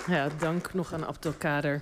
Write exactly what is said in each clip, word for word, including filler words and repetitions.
Ja, dank nog aan Abdelkader.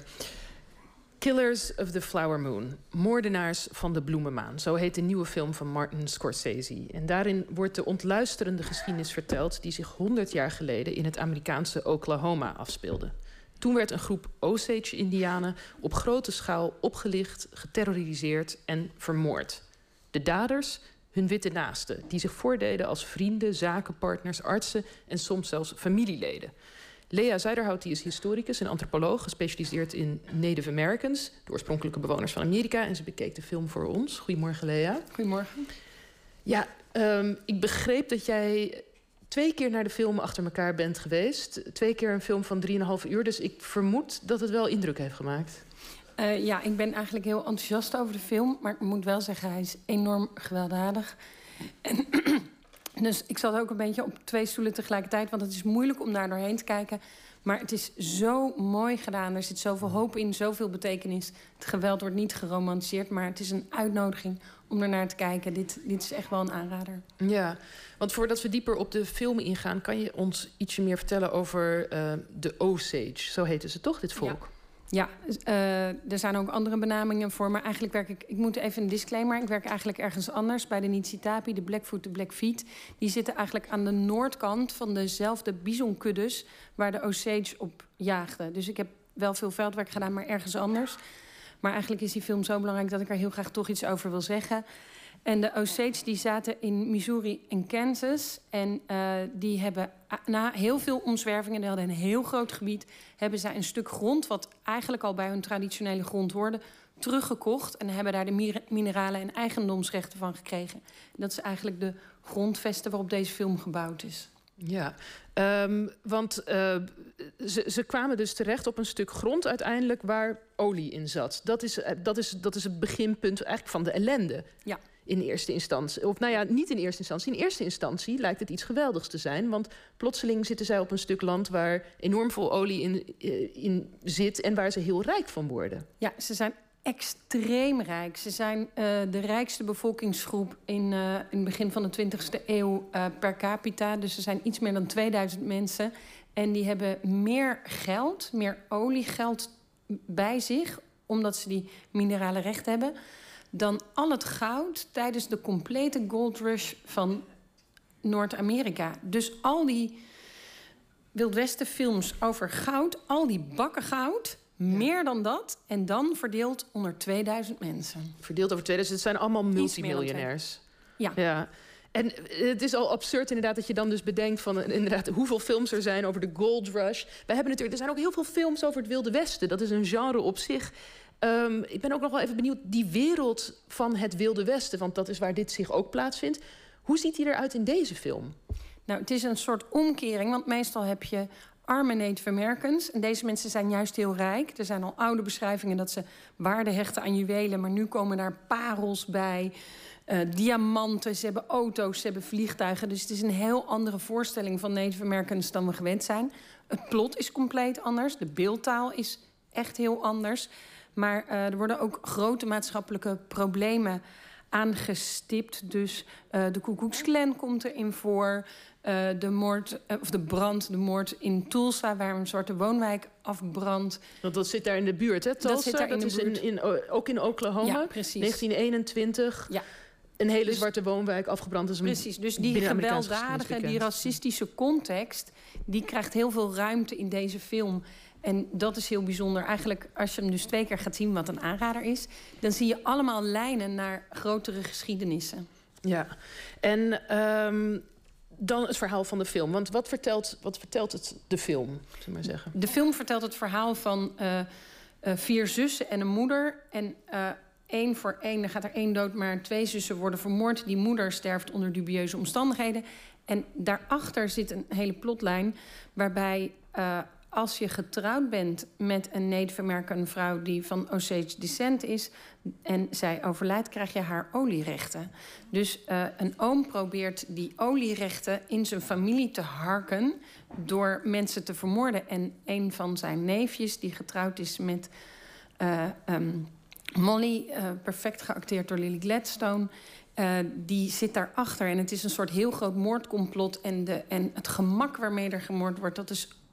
Killers of the Flower Moon. Moordenaars van de bloemenmaan. Zo heet de nieuwe film van Martin Scorsese. En daarin wordt de ontluisterende geschiedenis verteld die zich honderd jaar geleden in het Amerikaanse Oklahoma afspeelde. Toen werd een groep Osage-Indianen op grote schaal opgelicht, geterroriseerd en vermoord. De daders, hun witte naasten, die zich voordeden als vrienden, zakenpartners, artsen en soms zelfs familieleden. Lea Zuiderhout die is historicus en antropoloog, gespecialiseerd in Native Americans, de oorspronkelijke bewoners van Amerika. En ze bekeek de film voor ons. Goedemorgen, Lea. Goedemorgen. Ja, um, ik begreep dat jij twee keer naar de film achter elkaar bent geweest. Twee keer een film van drieënhalf uur. Dus ik vermoed dat het wel indruk heeft gemaakt. Uh, ja, ik ben eigenlijk heel enthousiast over de film. Maar ik moet wel zeggen, hij is enorm gewelddadig. En dus ik zat ook een beetje op twee stoelen tegelijkertijd. Want het is moeilijk om daar doorheen te kijken. Maar het is zo mooi gedaan. Er zit zoveel hoop in, zoveel betekenis. Het geweld wordt niet geromantiseerd. Maar het is een uitnodiging om ernaar te kijken. Dit, dit is echt wel een aanrader. Ja, want voordat we dieper op de film ingaan, kan je ons ietsje meer vertellen over uh, de Osage. Zo heten ze toch, dit volk? Ja. Ja, uh, er zijn ook andere benamingen voor. Maar eigenlijk werk ik... Ik moet even een disclaimer. Ik werk eigenlijk ergens anders. Bij de Niitsitapi, de Blackfoot, de Blackfeet. Die zitten eigenlijk aan de noordkant van dezelfde bisonkuddes waar de Osage op jaagden. Dus ik heb wel veel veldwerk gedaan, maar ergens anders. Maar eigenlijk is die film zo belangrijk dat ik er heel graag toch iets over wil zeggen. En de Osage die zaten in Missouri en Kansas. En uh, die hebben na heel veel omzwervingen, die hadden een heel groot gebied, hebben zij een stuk grond, wat eigenlijk al bij hun traditionele grond hoorde, teruggekocht. En hebben daar de mineralen en eigendomsrechten van gekregen. En dat is eigenlijk de grondvesten waarop deze film gebouwd is. Ja, um, want uh, ze, ze kwamen dus terecht op een stuk grond uiteindelijk waar olie in zat. Dat is, dat is, dat is het beginpunt eigenlijk van de ellende. Ja. In eerste instantie. Of nou ja, niet in eerste instantie. In eerste instantie lijkt het iets geweldigs te zijn. Want plotseling zitten zij op een stuk land waar enorm veel olie in, in zit en waar ze heel rijk van worden. Ja, ze zijn extreem rijk. Ze zijn uh, de rijkste bevolkingsgroep in, uh, in het begin van de twintigste eeuw uh, per capita. Dus ze zijn iets meer dan tweeduizend mensen. En die hebben meer geld, meer oliegeld bij zich, omdat ze die minerale recht hebben, dan al het goud tijdens de complete gold rush van Noord-Amerika. Dus al die Wild Westen films over goud, al die bakken goud, ja, meer dan dat, en dan verdeeld onder tweeduizend mensen. Verdeeld over tweeduizend, het zijn allemaal multimiljonairs. Ja. Ja. En het is al absurd inderdaad dat je dan dus bedenkt van inderdaad hoeveel films er zijn over de Gold Rush. We hebben natuurlijk, er zijn ook heel veel films over het Wilde Westen. Dat is een genre op zich. Um, ik ben ook nog wel even benieuwd, die wereld van het Wilde Westen, want dat is waar dit zich ook plaatsvindt. Hoe ziet die eruit in deze film? Nou, het is een soort omkering, want meestal heb je arme Native Americans. En deze mensen zijn juist heel rijk. Er zijn al oude beschrijvingen dat ze waarde hechten aan juwelen, maar nu komen daar parels bij, uh, diamanten, ze hebben auto's, ze hebben vliegtuigen. Dus het is een heel andere voorstelling van Native Americans dan we gewend zijn. Het plot is compleet anders, de beeldtaal is echt heel anders. Maar uh, er worden ook grote maatschappelijke problemen aangestipt. Dus uh, de Ku Klux Klan komt erin voor. Uh, de moord, uh, of de brand, de moord in Tulsa, waar een zwarte woonwijk afbrandt. Want dat zit daar in de buurt, hè? Tulsa, dat, zit daar in dat de is buurt. In, in, ook in Oklahoma. Ja, precies. negentien eenentwintig. Ja. Een hele dus, zwarte woonwijk afgebrand. Is precies, dus die gewelddadige, die racistische context, die krijgt heel veel ruimte in deze film. En dat is heel bijzonder. Eigenlijk, als je hem dus twee keer gaat zien, wat een aanrader is, dan zie je allemaal lijnen naar grotere geschiedenissen. Ja, en um, dan het verhaal van de film. Want wat vertelt, wat vertelt het de film, zullen we maar zeggen? De film vertelt het verhaal van uh, uh, vier zussen en een moeder. En uh, één voor één, er gaat er één dood, maar twee zussen worden vermoord. Die moeder sterft onder dubieuze omstandigheden. En daarachter zit een hele plotlijn waarbij Uh, als je getrouwd bent met een Native American vrouw die van Osage descent is en zij overlijdt, krijg je haar olierechten. Dus uh, een oom probeert die olierechten in zijn familie te harken door mensen te vermoorden. En een van zijn neefjes, die getrouwd is met uh, um, Molly, uh, perfect geacteerd door Lily Gladstone, Uh, die zit daarachter. En het is een soort heel groot moordcomplot. En, de, en het gemak waarmee er gemoord wordt, dat is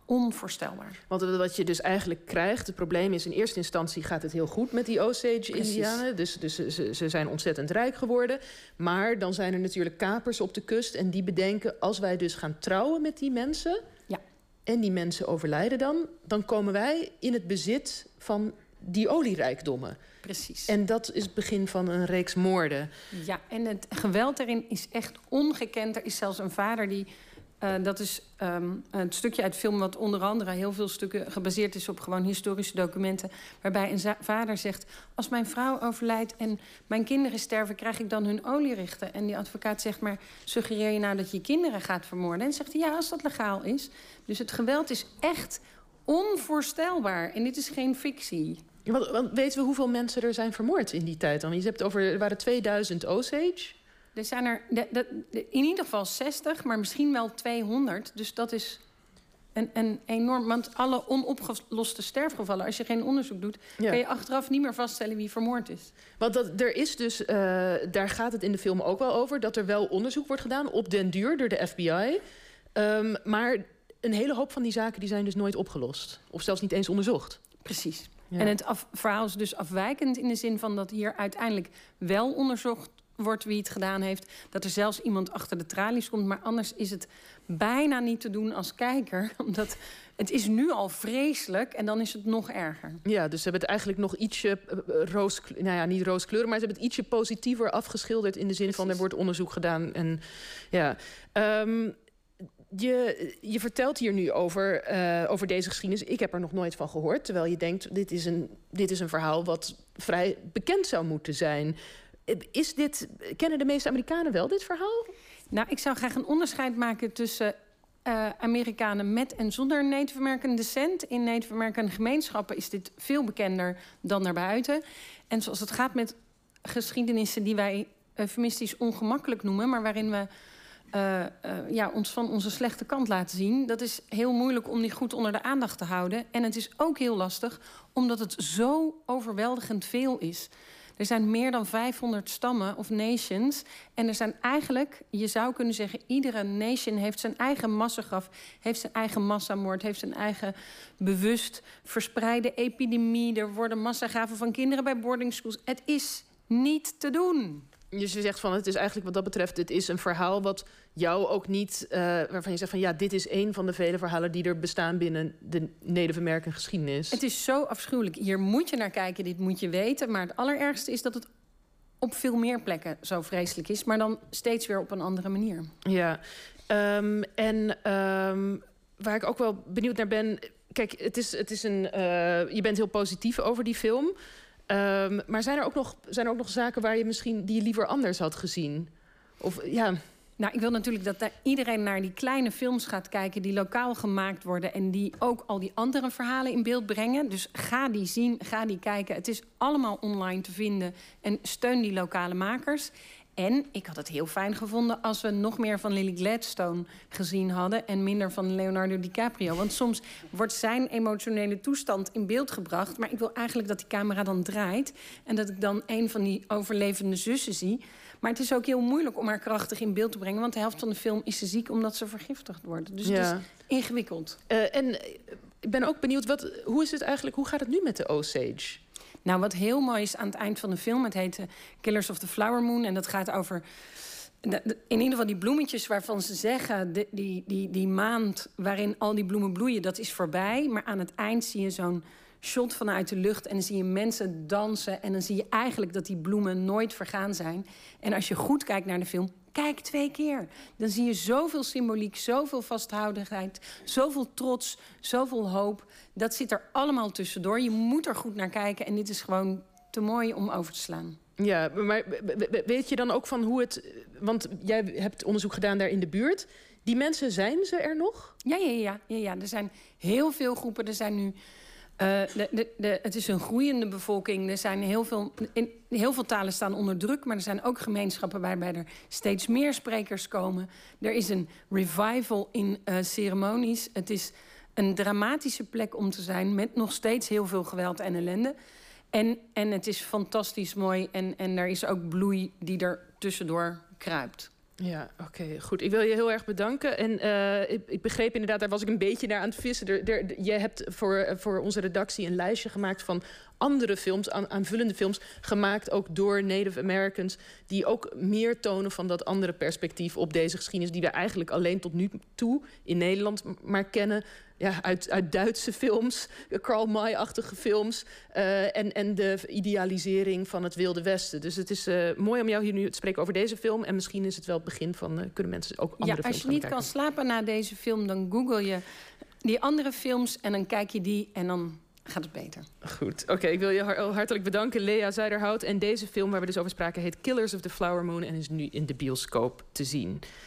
onvoorstelbaar. Want wat je dus eigenlijk krijgt, het probleem is in eerste instantie gaat het heel goed met die Osage-Indianen. Dus, dus ze, ze zijn ontzettend rijk geworden. Maar dan zijn er natuurlijk kapers op de kust en die bedenken, als wij dus gaan trouwen met die mensen, ja. en die mensen overlijden dan, dan komen wij in het bezit van die olierijkdommen. Precies. En dat is het begin van een reeks moorden. Ja, en het geweld daarin is echt ongekend. Er is zelfs een vader die... Uh, dat is um, een stukje uit film wat onder andere heel veel stukken gebaseerd is op gewoon historische documenten. Waarbij een vader zegt, als mijn vrouw overlijdt en mijn kinderen sterven, krijg ik dan hun olierichten? En die advocaat zegt, maar suggereer je nou dat je je kinderen gaat vermoorden? En zegt hij, ja, als dat legaal is. Dus het geweld is echt onvoorstelbaar. En dit is geen fictie. Want, want weten we hoeveel mensen er zijn vermoord in die tijd dan? Je hebt over, er waren tweeduizend Osage. Er zijn er de, de, de, in ieder geval zestig, maar misschien wel tweehonderd. Dus dat is een, een enorm... Want alle onopgeloste sterfgevallen, als je geen onderzoek doet, ja. kan je achteraf niet meer vaststellen wie vermoord is. Want dat, er is dus, uh, daar gaat het in de film ook wel over, dat er wel onderzoek wordt gedaan op den duur door de F B I. Um, maar een hele hoop van die zaken die zijn dus nooit opgelost. Of zelfs niet eens onderzocht. Precies. Ja. En het af, verhaal is dus afwijkend in de zin van dat hier uiteindelijk wel onderzocht wordt wie het gedaan heeft. Dat er zelfs iemand achter de tralies komt. Maar anders is het bijna niet te doen als kijker. Omdat het is nu al vreselijk en dan is het nog erger. Ja, dus ze hebben het eigenlijk nog ietsje uh, roos... Nou ja, niet rooskleurig, maar ze hebben het ietsje positiever afgeschilderd in de zin Precies. van er wordt onderzoek gedaan. En ja... Um, Je, je vertelt hier nu over, uh, over deze geschiedenis. Ik heb er nog nooit van gehoord. Terwijl je denkt, dit is een, dit is een verhaal wat vrij bekend zou moeten zijn. Is dit, kennen de meeste Amerikanen wel dit verhaal? Nou, ik zou graag een onderscheid maken tussen uh, Amerikanen met en zonder Native American descent. In Native American gemeenschappen is dit veel bekender dan daarbuiten. En zoals het gaat met geschiedenissen die wij eufemistisch ongemakkelijk noemen, maar waarin we Uh, uh, ja, ons van onze slechte kant laten zien. Dat is heel moeilijk om die goed onder de aandacht te houden. En het is ook heel lastig omdat het zo overweldigend veel is. Er zijn meer dan vijfhonderd stammen of nations. En er zijn eigenlijk, je zou kunnen zeggen, iedere nation heeft zijn eigen massagraf, heeft zijn eigen massamoord, heeft zijn eigen bewust verspreide epidemie. Er worden massagraven van kinderen bij boarding schools. Het is niet te doen. Dus je zegt van, het is eigenlijk wat dat betreft, het is een verhaal wat jou ook niet, uh, waarvan je zegt van ja, dit is een van de vele verhalen die er bestaan binnen de Native American geschiedenis. Het is zo afschuwelijk. Hier moet je naar kijken, dit moet je weten. Maar het allerergste is dat het op veel meer plekken zo vreselijk is, maar dan steeds weer op een andere manier. Ja, um, en um, waar ik ook wel benieuwd naar ben, kijk, het is, het is een, uh, je bent heel positief over die film. Um, maar zijn er, ook nog, zijn er ook nog zaken waar je misschien die je liever anders had gezien? Of ja. Nou, ik wil natuurlijk dat daar iedereen naar die kleine films gaat kijken die lokaal gemaakt worden en die ook al die andere verhalen in beeld brengen. Dus ga die zien, ga die kijken. Het is allemaal online te vinden en steun die lokale makers. En ik had het heel fijn gevonden als we nog meer van Lily Gladstone gezien hadden en minder van Leonardo DiCaprio. Want soms wordt zijn emotionele toestand in beeld gebracht, maar ik wil eigenlijk dat die camera dan draait en dat ik dan een van die overlevende zussen zie. Maar het is ook heel moeilijk om haar krachtig in beeld te brengen, want de helft van de film is ze ziek omdat ze vergiftigd wordt. Dus ja. Het is ingewikkeld. Uh, en ik ben ook benieuwd, wat, hoe is het eigenlijk, hoe gaat het nu met de Osage? Nou, wat heel mooi is aan het eind van de film, het heet uh, Killers of the Flower Moon. En dat gaat over, de, de, in ieder geval die bloemetjes waarvan ze zeggen, de, die, die, die maand waarin al die bloemen bloeien, dat is voorbij. Maar aan het eind zie je zo'n shot vanuit de lucht en dan zie je mensen dansen. En dan zie je eigenlijk dat die bloemen nooit vergaan zijn. En als je goed kijkt naar de film, kijk twee keer. Dan zie je zoveel symboliek, zoveel vasthoudigheid, zoveel trots, zoveel hoop. Dat zit er allemaal tussendoor. Je moet er goed naar kijken en dit is gewoon te mooi om over te slaan. Ja, maar weet je dan ook van hoe het... Want jij hebt onderzoek gedaan daar in de buurt. Die mensen, zijn ze er nog? Ja, ja, ja. ja, ja. Er zijn heel veel groepen. Er zijn nu... Uh, de, de, de, het is een groeiende bevolking. Er zijn heel veel, in, heel veel talen staan onder druk, maar er zijn ook gemeenschappen waarbij er steeds meer sprekers komen. Er is een revival in uh, ceremonies. Het is een dramatische plek om te zijn met nog steeds heel veel geweld en ellende. En, en het is fantastisch mooi en, en er is ook bloei die er tussendoor kruipt. Ja, oké, okay, goed. Ik wil je heel erg bedanken. En uh, ik, ik begreep inderdaad, daar was ik een beetje naar aan het vissen. Er, er, je hebt voor, voor onze redactie een lijstje gemaakt van andere films, aan, aanvullende films, gemaakt ook door Native Americans, die ook meer tonen van dat andere perspectief op deze geschiedenis, die we eigenlijk alleen tot nu toe in Nederland maar kennen. Ja, uit, uit Duitse films, Karl May-achtige films, uh, en, en de idealisering van het Wilde Westen. Dus het is uh, mooi om jou hier nu te spreken over deze film. En misschien is het wel het begin van, uh, kunnen mensen ook andere ja, films als je niet kijken. kan slapen na deze film, dan google je die andere films en dan kijk je die en dan gaat het beter. Goed, oké. Okay, ik wil je hartelijk bedanken, Lea Zuiderhout. En deze film waar we dus over spraken heet Killers of the Flower Moon en is nu in de bioscoop te zien.